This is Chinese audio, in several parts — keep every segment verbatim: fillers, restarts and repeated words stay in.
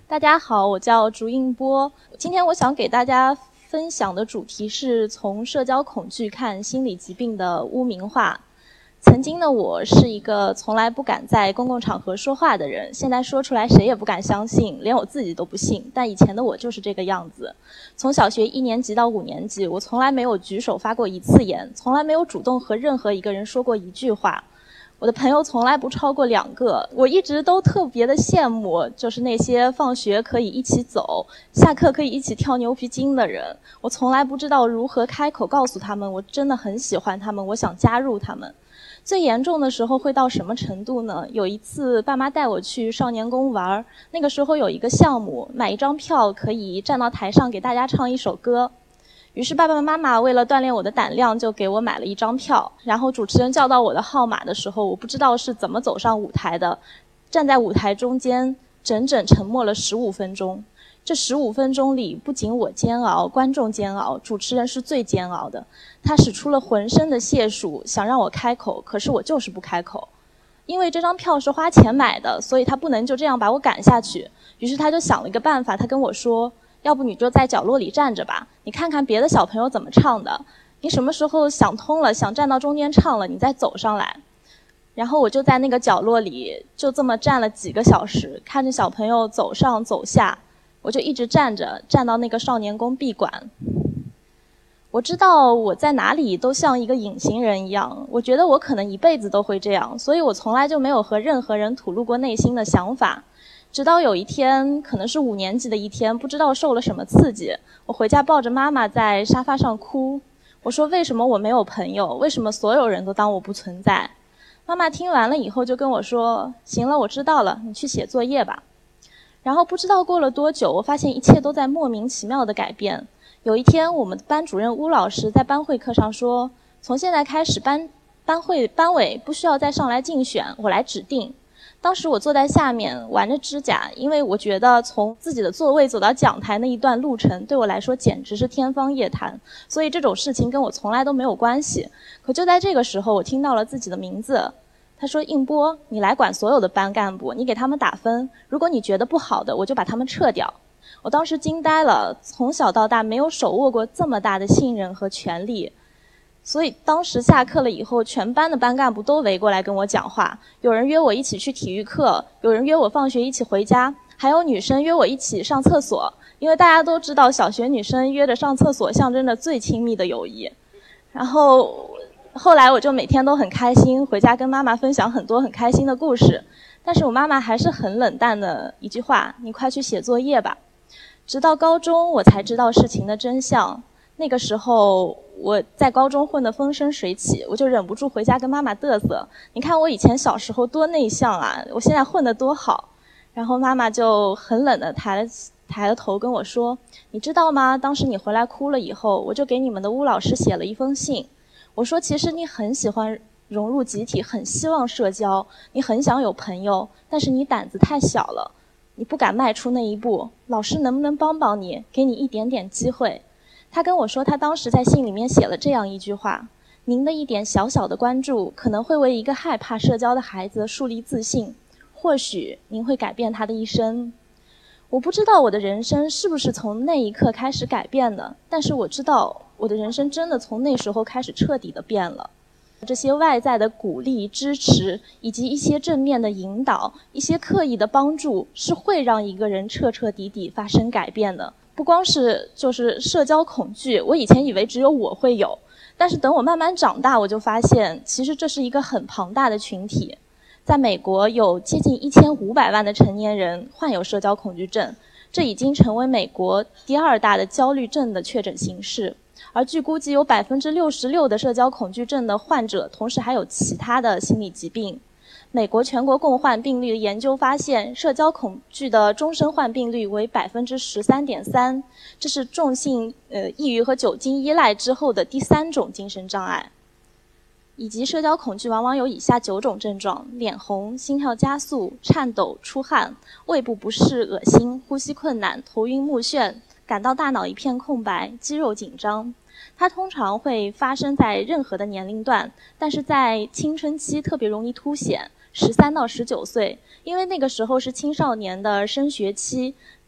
大家好，我叫朱映波。今天我想给大家分享的主题是从社交恐惧看心理疾病的污名化。曾经的我是一个从来不敢在公共场合说话的人，现在说出来谁也不敢相信，连我自己都不信。但以前的我就是这个样子。从小学一年级到五年级，我从来没有举手发过一次言，从来没有主动和任何一个人说过一句话。我的朋友从来不超过两个，我一直都特别的羡慕，就是那些放学可以一起走，下课可以一起跳牛皮筋的人。我从来不知道如何开口告诉他们，我真的很喜欢他们，我想加入他们。最严重的时候会到什么程度呢？有一次爸妈带我去少年宫玩，那个时候有一个项目，买一张票可以站到台上给大家唱一首歌。于是爸爸妈妈为了锻炼我的胆量，就给我买了一张票。然后主持人叫到我的号码的时候，我不知道是怎么走上舞台的，站在舞台中间，整整沉默了十五分钟。这十五分钟里，不仅我煎熬，观众煎熬，主持人是最煎熬的。他使出了浑身的解数，想让我开口，可是我就是不开口。因为这张票是花钱买的，所以他不能就这样把我赶下去。于是他就想了一个办法，他跟我说，要不你就在角落里站着吧，你看看别的小朋友怎么唱的，你什么时候想通了，想站到中间唱了，你再走上来。然后我就在那个角落里就这么站了几个小时，看着小朋友走上走下，我就一直站着，站到那个少年宫闭馆。我知道我在哪里都像一个隐形人一样，我觉得我可能一辈子都会这样，所以我从来就没有和任何人吐露过内心的想法。直到有一天，可能是五年级的一天，不知道受了什么刺激，我回家抱着妈妈在沙发上哭。我说为什么我没有朋友，为什么所有人都当我不存在？妈妈听完了以后就跟我说，行了，我知道了，你去写作业吧。然后不知道过了多久，我发现一切都在莫名其妙的改变。有一天，我们的班主任巫老师在班会课上说，从现在开始班班会班委不需要再上来竞选，我来指定。当时我坐在下面玩着指甲，因为我觉得从自己的座位走到讲台那一段路程对我来说简直是天方夜谭，所以这种事情跟我从来都没有关系。可就在这个时候，我听到了自己的名字，他说，映波，你来管所有的班干部，你给他们打分，如果你觉得不好的，我就把他们撤掉。我当时惊呆了，从小到大没有手握过这么大的信任和权力。所以当时下课了以后，全班的班干部都围过来跟我讲话，有人约我一起去体育课，有人约我放学一起回家，还有女生约我一起上厕所，因为大家都知道小学女生约着上厕所象征着最亲密的友谊。然后后来我就每天都很开心，回家跟妈妈分享很多很开心的故事，但是我妈妈还是很冷淡的一句话，你快去写作业吧。直到高中我才知道事情的真相，那个时候我在高中混得风生水起，我就忍不住回家跟妈妈嘚瑟，你看我以前小时候多内向啊，我现在混得多好。然后妈妈就很冷的抬了抬了头跟我说，你知道吗，当时你回来哭了以后，我就给你们的巫老师写了一封信。我说其实你很喜欢融入集体，很希望社交，你很想有朋友，但是你胆子太小了，你不敢迈出那一步，老师能不能帮帮你，给你一点点机会。他跟我说，他当时在信里面写了这样一句话，您的一点小小的关注可能会为一个害怕社交的孩子树立自信，或许您会改变他的一生。我不知道我的人生是不是从那一刻开始改变的，但是我知道我的人生真的从那时候开始彻底的变了。这些外在的鼓励、支持，以及一些正面的引导，一些刻意的帮助，是会让一个人彻彻底底发生改变的。不光是就是社交恐惧，我以前以为只有我会有，但是等我慢慢长大，我就发现其实这是一个很庞大的群体。在美国有接近一千五百万的成年人患有社交恐惧症，这已经成为美国第二大的焦虑症的确诊形式。而据估计有 百分之六十六 的社交恐惧症的患者同时还有其他的心理疾病。美国全国共患病率的研究发现，社交恐惧的终身患病率为 百分之十三点三， 这是重性呃抑郁和酒精依赖之后的第三种精神障碍。以及社交恐惧往往有以下九种症状：脸红、心跳加速、颤抖、出汗、胃部不适、恶心、呼吸困难、头晕目眩、感到大脑一片空白、肌肉紧张。它通常会发生在任何的年龄段，但是在青春期特别容易凸显，十三到十九岁，因为那个时候是青少年的升学期，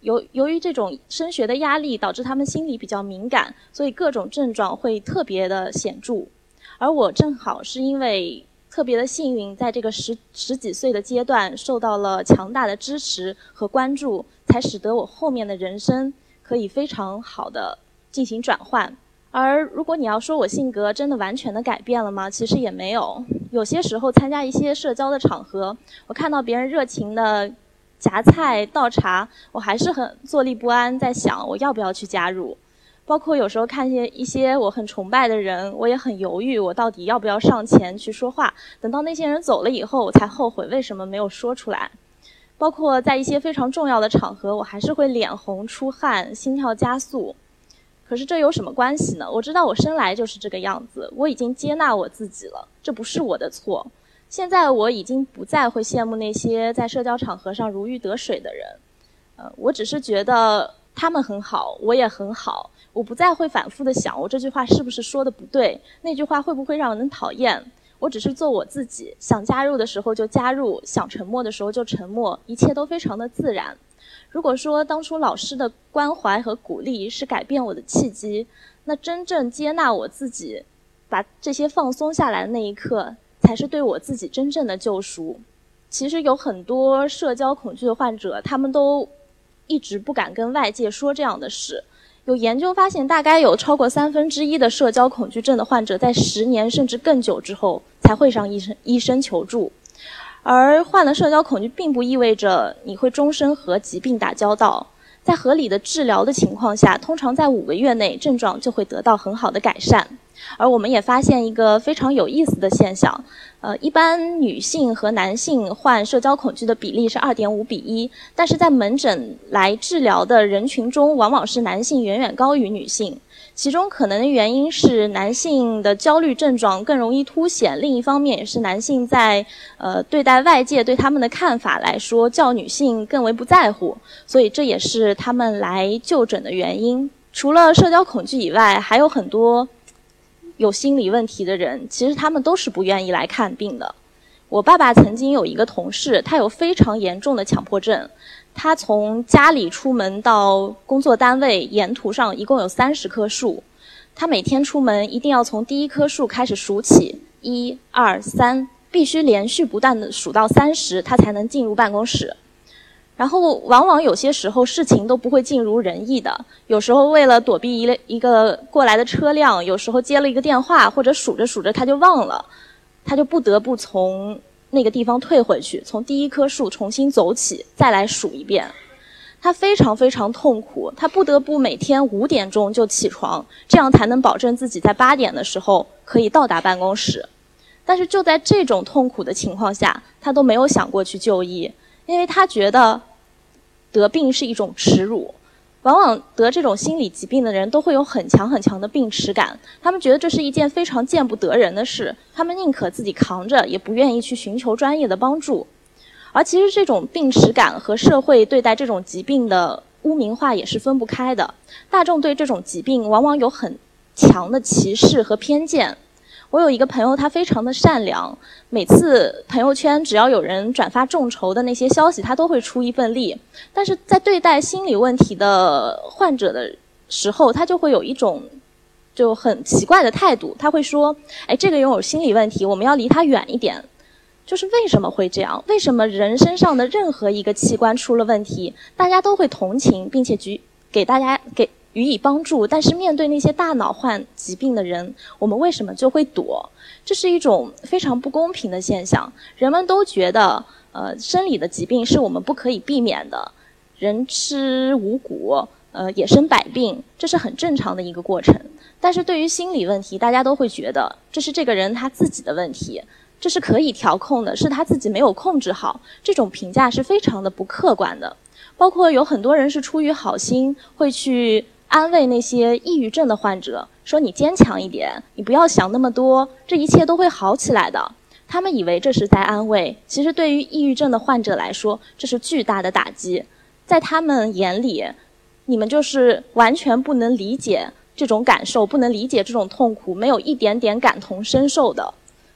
由由于这种升学的压力，导致他们心理比较敏感，所以各种症状会特别的显著。而我正好是因为特别的幸运，在这个十十几岁的阶段受到了强大的支持和关注，才使得我后面的人生可以非常好的进行转换。而如果你要说我性格真的完全的改变了吗？其实也没有。有些时候参加一些社交的场合，我看到别人热情的夹菜倒茶，我还是很坐立不安，在想我要不要去加入。包括有时候看见一些我很崇拜的人，我也很犹豫，我到底要不要上前去说话。等到那些人走了以后，我才后悔为什么没有说出来。包括在一些非常重要的场合，我还是会脸红出汗，心跳加速。可是这有什么关系呢？我知道我生来就是这个样子，我已经接纳我自己了，这不是我的错。现在我已经不再会羡慕那些在社交场合上如鱼得水的人，呃，我只是觉得他们很好，我也很好，我不再会反复的想我这句话是不是说的不对，那句话会不会让人讨厌。我只是做我自己，想加入的时候就加入，想沉默的时候就沉默，一切都非常的自然。如果说当初老师的关怀和鼓励是改变我的契机，那真正接纳我自己，把这些放松下来的那一刻，才是对我自己真正的救赎。其实有很多社交恐惧的患者，他们都一直不敢跟外界说这样的事。有研究发现，大概有超过三分之一的社交恐惧症的患者，在十年甚至更久之后才会向医生医生求助。而患了社交恐惧并不意味着你会终身和疾病打交道，在合理的治疗的情况下，通常在五个月内症状就会得到很好的改善。而我们也发现一个非常有意思的现象，呃，一般女性和男性患社交恐惧的比例是 二点五比一，但是在门诊来治疗的人群中，往往是男性远远高于女性。其中可能的原因是男性的焦虑症状更容易凸显，另一方面也是男性在呃对待外界对他们的看法来说，较女性更为不在乎，所以这也是他们来就诊的原因。除了社交恐惧以外，还有很多有心理问题的人，其实他们都是不愿意来看病的。我爸爸曾经有一个同事，他有非常严重的强迫症，他从家里出门到工作单位，沿途上一共有三十棵树，他每天出门一定要从第一棵树开始数起，一二三，必须连续不断的数到三十，他才能进入办公室。然后往往有些时候事情都不会尽如人意的，有时候为了躲避一一个过来的车辆，有时候接了一个电话，或者数着数着他就忘了，他就不得不从那个地方退回去，从第一棵树重新走起，再来数一遍。他非常非常痛苦，他不得不每天五点钟就起床，这样才能保证自己在八点的时候可以到达办公室。但是就在这种痛苦的情况下，他都没有想过去就医，因为他觉得得病是一种耻辱。往往得这种心理疾病的人都会有很强很强的病耻感，他们觉得这是一件非常见不得人的事，他们宁可自己扛着，也不愿意去寻求专业的帮助。而其实这种病耻感和社会对待这种疾病的污名化也是分不开的，大众对这种疾病往往有很强的歧视和偏见。我有一个朋友，他非常的善良，每次朋友圈只要有人转发众筹的那些消息，他都会出一份力。但是在对待心理问题的患者的时候，他就会有一种就很奇怪的态度，他会说，哎，这个人有心理问题，我们要离他远一点。就是为什么会这样？为什么人身上的任何一个器官出了问题，大家都会同情，并且给给大家给予以帮助，但是面对那些大脑患疾病的人，我们为什么就会躲？这是一种非常不公平的现象。人们都觉得呃，生理的疾病是我们不可以避免的，人吃五谷呃，也生百病，这是很正常的一个过程。但是对于心理问题，大家都会觉得这是这个人他自己的问题，这是可以调控的，是他自己没有控制好，这种评价是非常的不客观的。包括有很多人是出于好心，会去安慰那些抑郁症的患者，说你坚强一点，你不要想那么多，这一切都会好起来的。他们以为这是在安慰，其实对于抑郁症的患者来说，这是巨大的打击。在他们眼里，你们就是完全不能理解这种感受，不能理解这种痛苦，没有一点点感同身受的。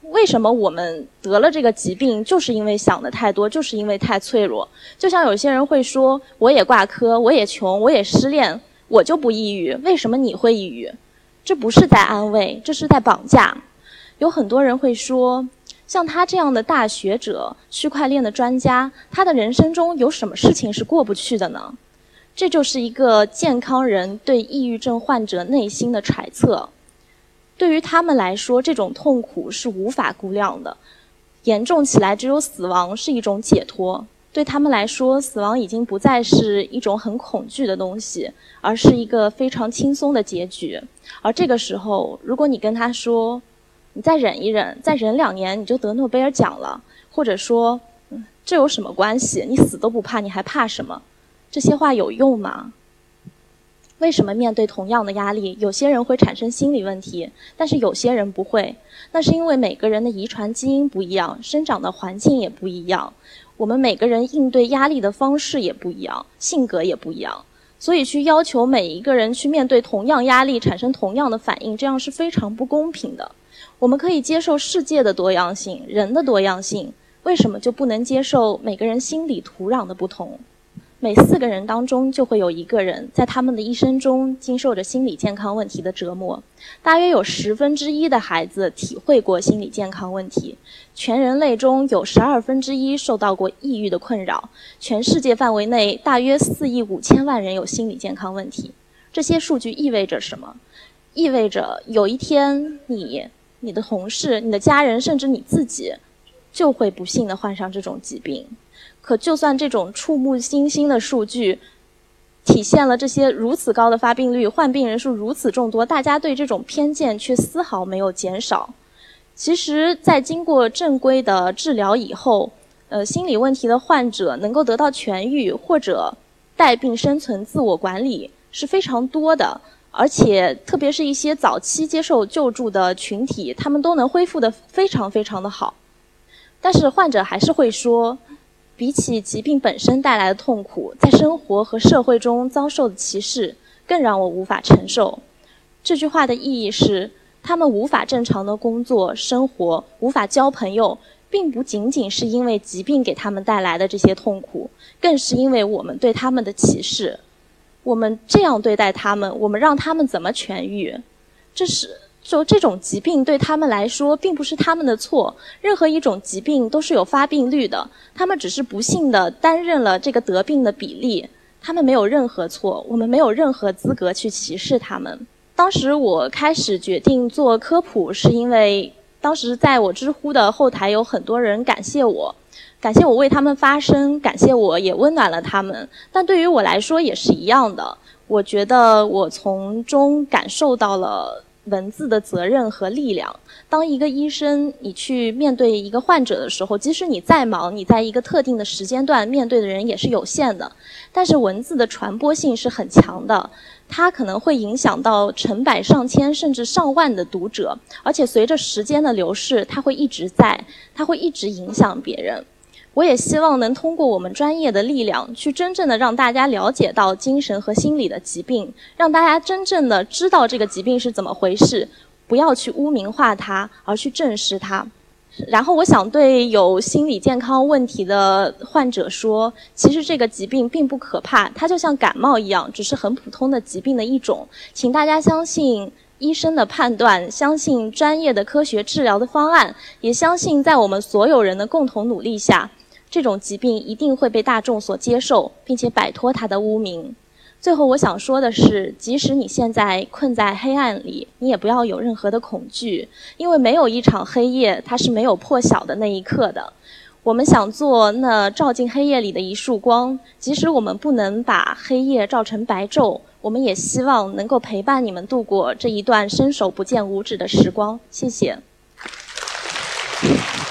为什么我们得了这个疾病，就是因为想的太多，就是因为太脆弱。就像有些人会说，我也挂科，我也穷，我也失恋，我就不抑郁，为什么你会抑郁？这不是在安慰，这是在绑架。有很多人会说，像他这样的大学者、区块链的专家，他的人生中有什么事情是过不去的呢？这就是一个健康人对抑郁症患者内心的揣测。对于他们来说，这种痛苦是无法估量的，严重起来只有死亡是一种解脱。对他们来说，死亡已经不再是一种很恐惧的东西，而是一个非常轻松的结局。而这个时候，如果你跟他说，你再忍一忍，再忍两年你就得诺贝尔奖了，或者说，嗯，这有什么关系？你死都不怕，你还怕什么？这些话有用吗？为什么面对同样的压力，有些人会产生心理问题，但是有些人不会？那是因为每个人的遗传基因不一样，生长的环境也不一样，我们每个人应对压力的方式也不一样，性格也不一样。所以去要求每一个人去面对同样压力产生同样的反应，这样是非常不公平的。我们可以接受世界的多样性，人的多样性，为什么就不能接受每个人心理土壤的不同？每四个人当中就会有一个人在他们的一生中经受着心理健康问题的折磨，大约有十分之一的孩子体会过心理健康问题，全人类中有十二分之一受到过抑郁的困扰，全世界范围内大约四亿五千万人有心理健康问题。这些数据意味着什么？意味着有一天你、你的同事、你的家人，甚至你自己，就会不幸地患上这种疾病。可就算这种触目惊心的数据体现了这些如此高的发病率，患病人数如此众多，大家对这种偏见却丝毫没有减少。其实在经过正规的治疗以后，呃，心理问题的患者能够得到痊愈或者带病生存自我管理是非常多的，而且特别是一些早期接受救助的群体，他们都能恢复得非常非常的好。但是患者还是会说，比起疾病本身带来的痛苦，在生活和社会中遭受的歧视更让我无法承受。这句话的意义是，他们无法正常的工作生活，无法交朋友，并不仅仅是因为疾病给他们带来的这些痛苦，更是因为我们对他们的歧视。我们这样对待他们，我们让他们怎么痊愈？这是就这种疾病对他们来说并不是他们的错，任何一种疾病都是有发病率的，他们只是不幸地担任了这个得病的比例，他们没有任何错，我们没有任何资格去歧视他们。当时我开始决定做科普，是因为当时在我知乎的后台有很多人感谢我，感谢我为他们发声，感谢我也温暖了他们，但对于我来说也是一样的。我觉得我从中感受到了文字的责任和力量。当一个医生，你去面对一个患者的时候，即使你再忙，你在一个特定的时间段面对的人也是有限的，但是文字的传播性是很强的，它可能会影响到成百上千甚至上万的读者，而且随着时间的流逝，它会一直在，它会一直影响别人。我也希望能通过我们专业的力量，去真正的让大家了解到精神和心理的疾病，让大家真正的知道这个疾病是怎么回事，不要去污名化它，而去正视它。然后我想对有心理健康问题的患者说，其实这个疾病并不可怕，它就像感冒一样，只是很普通的疾病的一种。请大家相信医生的判断，相信专业的科学治疗的方案，也相信在我们所有人的共同努力下，这种疾病一定会被大众所接受，并且摆脱它的污名。最后我想说的是，即使你现在困在黑暗里，你也不要有任何的恐惧，因为没有一场黑夜它是没有破晓的那一刻的。我们想做那照进黑夜里的一束光，即使我们不能把黑夜照成白昼，我们也希望能够陪伴你们度过这一段伸手不见五指的时光。谢谢。